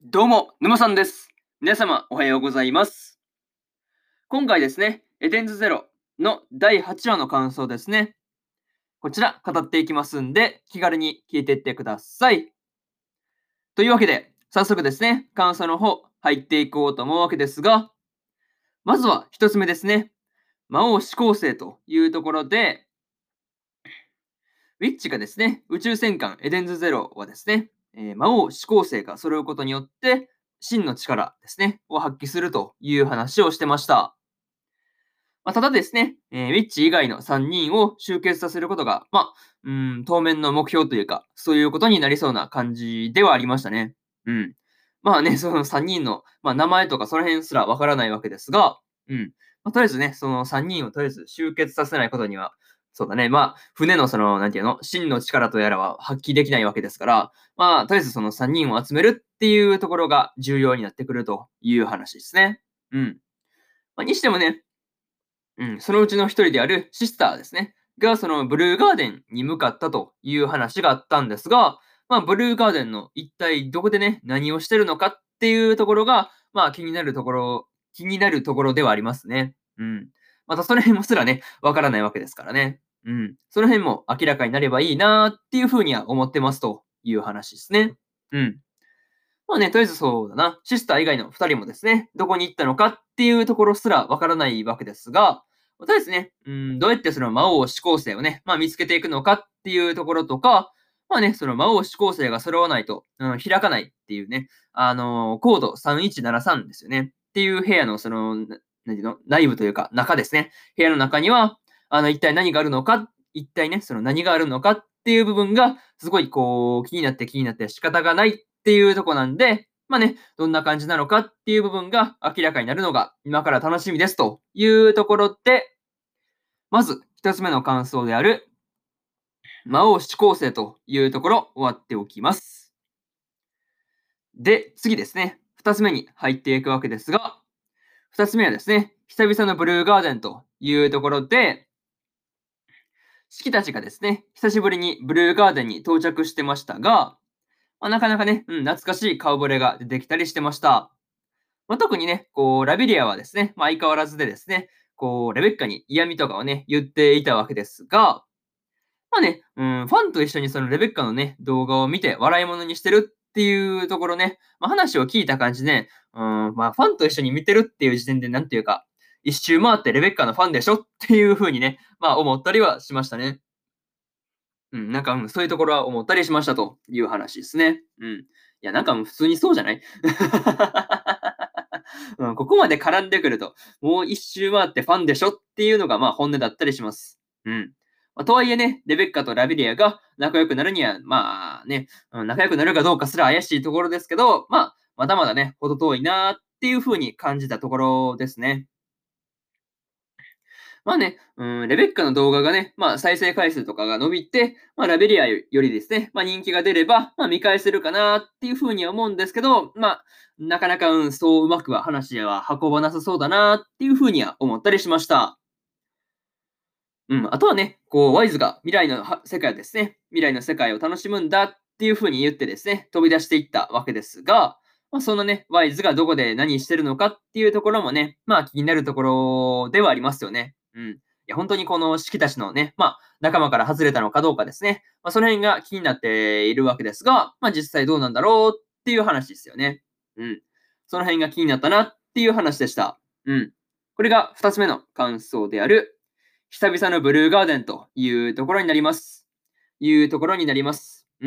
どうも、沼さんです。皆様、おはようございます。今回ですね、エデンズゼロの第8話の感想ですね。こちら、語っていきますんで、気軽に聞いていってください。というわけで、早速ですね、感想の方、入っていこうと思うわけですが、まずは一つ目ですね。魔王四煌星というところで、ウィッチがですね、宇宙戦艦エデンズゼロはですね、魔王四煌星が揃うことによって、真の力ですね、を発揮するという話をしてました。ただですね、ウィッチ以外の3人を集結させることが、当面の目標というか、そういうことになりそうな感じではありましたね。うん。まあね、その3人の、名前とかその辺すらわからないわけですが、うん。とりあえずね、その3人をとりあえず集結させないことには、そうだね、船のその、なんていうの、真の力とやらは発揮できないわけですから、とりあえずその3人を集めるっていうところが重要になってくるという話ですね。うん。にしてもね、そのうちの一人であるシスターですね。が、そのブルーガーデンに向かったという話があったんですが、ブルーガーデンの一体どこでね、何をしてるのかっていうところが、気になるところではありますね。うん。またその辺もすらね、わからないわけですからね。うん。その辺も明らかになればいいなっていうふうには思ってますという話ですね。うん。とりあえずそうだな、シスター以外の2人もですね、どこに行ったのかっていうところすらわからないわけですが、とりあえずね、どうやってその魔王四煌星をね、見つけていくのかっていうところとか、その魔王四煌星が揃わないと、開かないっていうね、コード3173ですよね。っていう部屋のその、なんていうの、内部というか中ですね。部屋の中には、一体何があるのか、一体ね、その何があるのかっていう部分が、すごいこう、気になって仕方がないっていうとこなんで、どんな感じなのかっていう部分が明らかになるのが今から楽しみですというところで、まず一つ目の感想である魔王七構成というところ終わっておきます。で、次ですね。二つ目に入っていくわけですが、二つ目はですね、久々のブルーガーデンというところで、四季たちがですね、久しぶりにブルーガーデンに到着してましたが、なかなかね、懐かしい顔ぶれが出てきたりしてました。特にね、こう、ラビリアはですね、相変わらずでですね、こう、レベッカに嫌味とかをね、言っていたわけですが、ファンと一緒にそのレベッカのね、動画を見て笑い物にしてるっていうところね、話を聞いた感じね、ファンと一緒に見てるっていう時点で、なんていうか、一周回ってレベッカのファンでしょっていう風にね、思ったりはしましたね。そういうところは思ったりしましたという話ですね。うん。いや、普通にそうじゃないここまで絡んでくると、もう一周回ってファンでしょっていうのが、本音だったりします。うん。とはいえね、レベッカとラビリアが仲良くなるには、仲良くなるかどうかすら怪しいところですけど、まだまだね、程遠いなっていう風に感じたところですね。レベッカの動画がね、再生回数とかが伸びて、ラベリアよりですね、人気が出れば、見返せるかなっていう風には思うんですけど、なかなか、そううまくは話は運ばなさそうだなっていう風には思ったりしました。あとはね、こう、ワイズが世界ですね、未来の世界を楽しむんだっていう風に言ってですね、飛び出していったわけですが、そのね、ワイズがどこで何してるのかっていうところもね、気になるところではありますよね。うん。いや、本当にこのシキたちのね、仲間から外れたのかどうかですね。その辺が気になっているわけですが、実際どうなんだろうっていう話ですよね。うん。その辺が気になったなっていう話でした。うん。これが2つ目の感想である、久々のブルーガーデンというところになります。うん。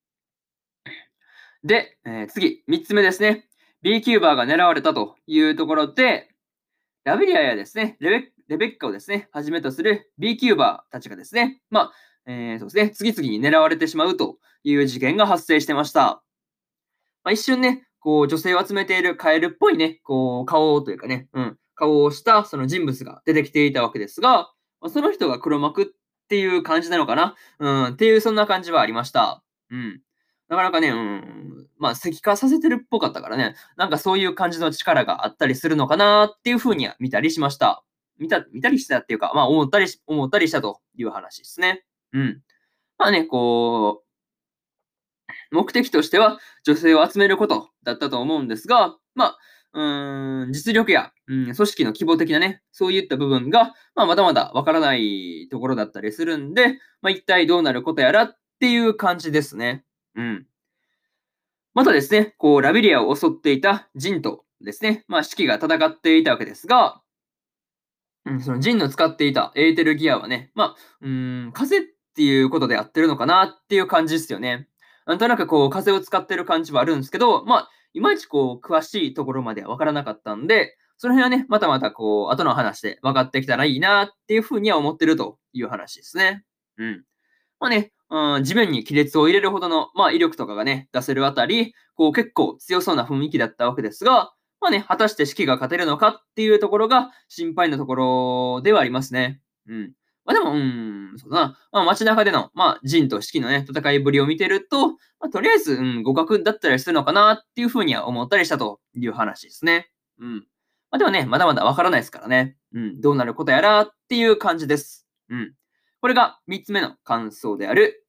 で、次、3つ目ですね。B キューバーが狙われたというところで、ラビリアやですね、レベッカをですね、はじめとする B キューバーたちがですね、そうですね、次々に狙われてしまうという事件が発生してました。一瞬ね、こう女性を集めているカエルっぽいね、こう顔というかね、顔をしたその人物が出てきていたわけですが、その人が黒幕っていう感じなのかな、っていうそんな感じはありました。うん。なかなかね、石化させてるっぽかったからね、そういう感じの力があったりするのかなっていう風には見たりしました。見たりしたっていうか、思ったりしたという話ですね。うん。こう目的としては女性を集めることだったと思うんですが、実力や、組織の規模的なね、そういった部分が、まだまだわからないところだったりするんで、一体どうなることやらっていう感じですね。うん。またですね、ラビリアを襲っていたジンとですね、士気が戦っていたわけですが、そのジンの使っていたエーテルギアはね、風っていうことでやってるのかなっていう感じですよね。なんとなく風を使ってる感じはあるんですけど、いまいち詳しいところまではわからなかったんで、その辺はね、またまた後の話で分かってきたらいいなっていうふうには思ってるという話ですね。うん。地面に亀裂を入れるほどの、威力とかがね、出せるあたり、結構強そうな雰囲気だったわけですが、果たして士気が勝てるのかっていうところが心配なところではありますね。うん。でも、そうだな。街中での、陣と士気のね、戦いぶりを見てると、とりあえず、互角だったりするのかなっていうふうには思ったりしたという話ですね。うん。でもね、まだまだわからないですからね。どうなることやらっていう感じです。うん。これが3つ目の感想である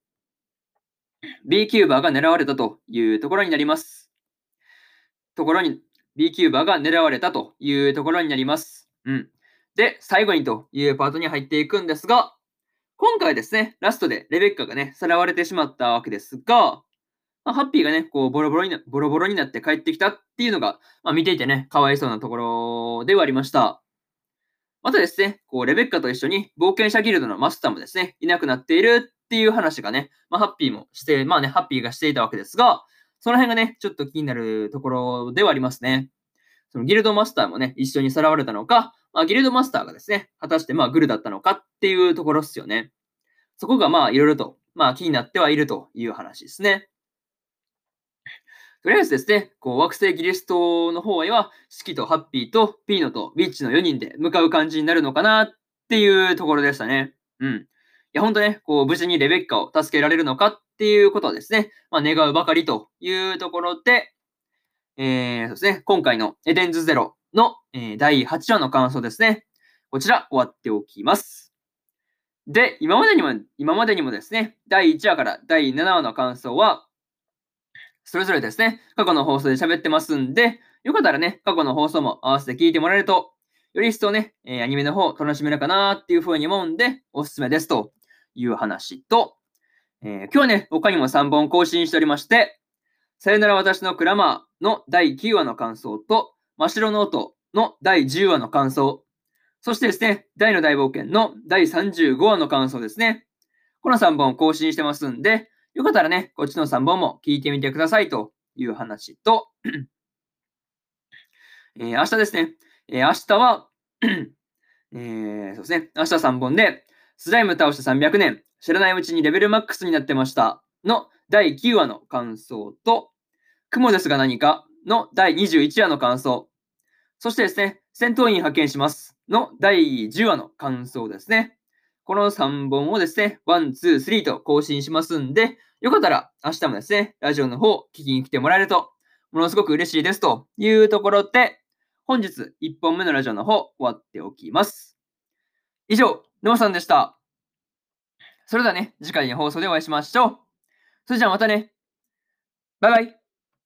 B キューバーが狙われたというところになります。ところに B キューバーが狙われたというところになります。うん。で、最後にというパートに入っていくんですが、今回ですね、ラストでレベッカがね、さらわれてしまったわけですが、ハッピーがね、ボロボロになって帰ってきたっていうのが、見ていてね、かわいそうなところではありました。またですね、レベッカと一緒に冒険者ギルドのマスターもですね、いなくなっているっていう話がね、ハッピーもして、ハッピーがしていたわけですが、その辺がね、ちょっと気になるところではありますね。そのギルドマスターもね、一緒にさらわれたのか、ギルドマスターがですね、果たしてグルだったのかっていうところっすよね。そこがいろいろと、気になってはいるという話ですね。とりあえずですね、惑星ギリストの方へは、シキとハッピーとピーノとビッチの4人で向かう感じになるのかなっていうところでしたね。うん。いや、ほんとね、無事にレベッカを助けられるのかっていうことはですね、願うばかりというところで、そうですね、今回のエデンズゼロの、第8話の感想ですね。こちら、終わっておきます。で、今までにもですね、第1話から第7話の感想は、それぞれですね、過去の放送で喋ってますんで、よかったらね、過去の放送も合わせて聞いてもらえると、より一層ね、アニメの方楽しめるかなっていう風に思うんで、おすすめですという話と、今日はね、他にも3本更新しておりまして、さよなら私のクラマーの第9話の感想と、真っ白ノートの第10話の感想、そしてですね、大の大冒険の第35話の感想ですね。この3本更新してますんで、よかったらね、こっちの3本も聞いてみてくださいという話と、明日ですね、明日はそうですね、明日3本で、スライム倒して300年、知らないうちにレベルマックスになってましたの第9話の感想と、雲ですが何かの第21話の感想、そしてですね、戦闘員派遣しますの第10話の感想ですね。この3本をですね、1、2、3と更新しますんで、よかったら明日もですね、ラジオの方聞きに来てもらえると、ものすごく嬉しいですというところで、本日1本目のラジオの方終わっておきます。以上、ノアさんでした。それではね、次回の放送でお会いしましょう。それじゃあまたね。バイバイ。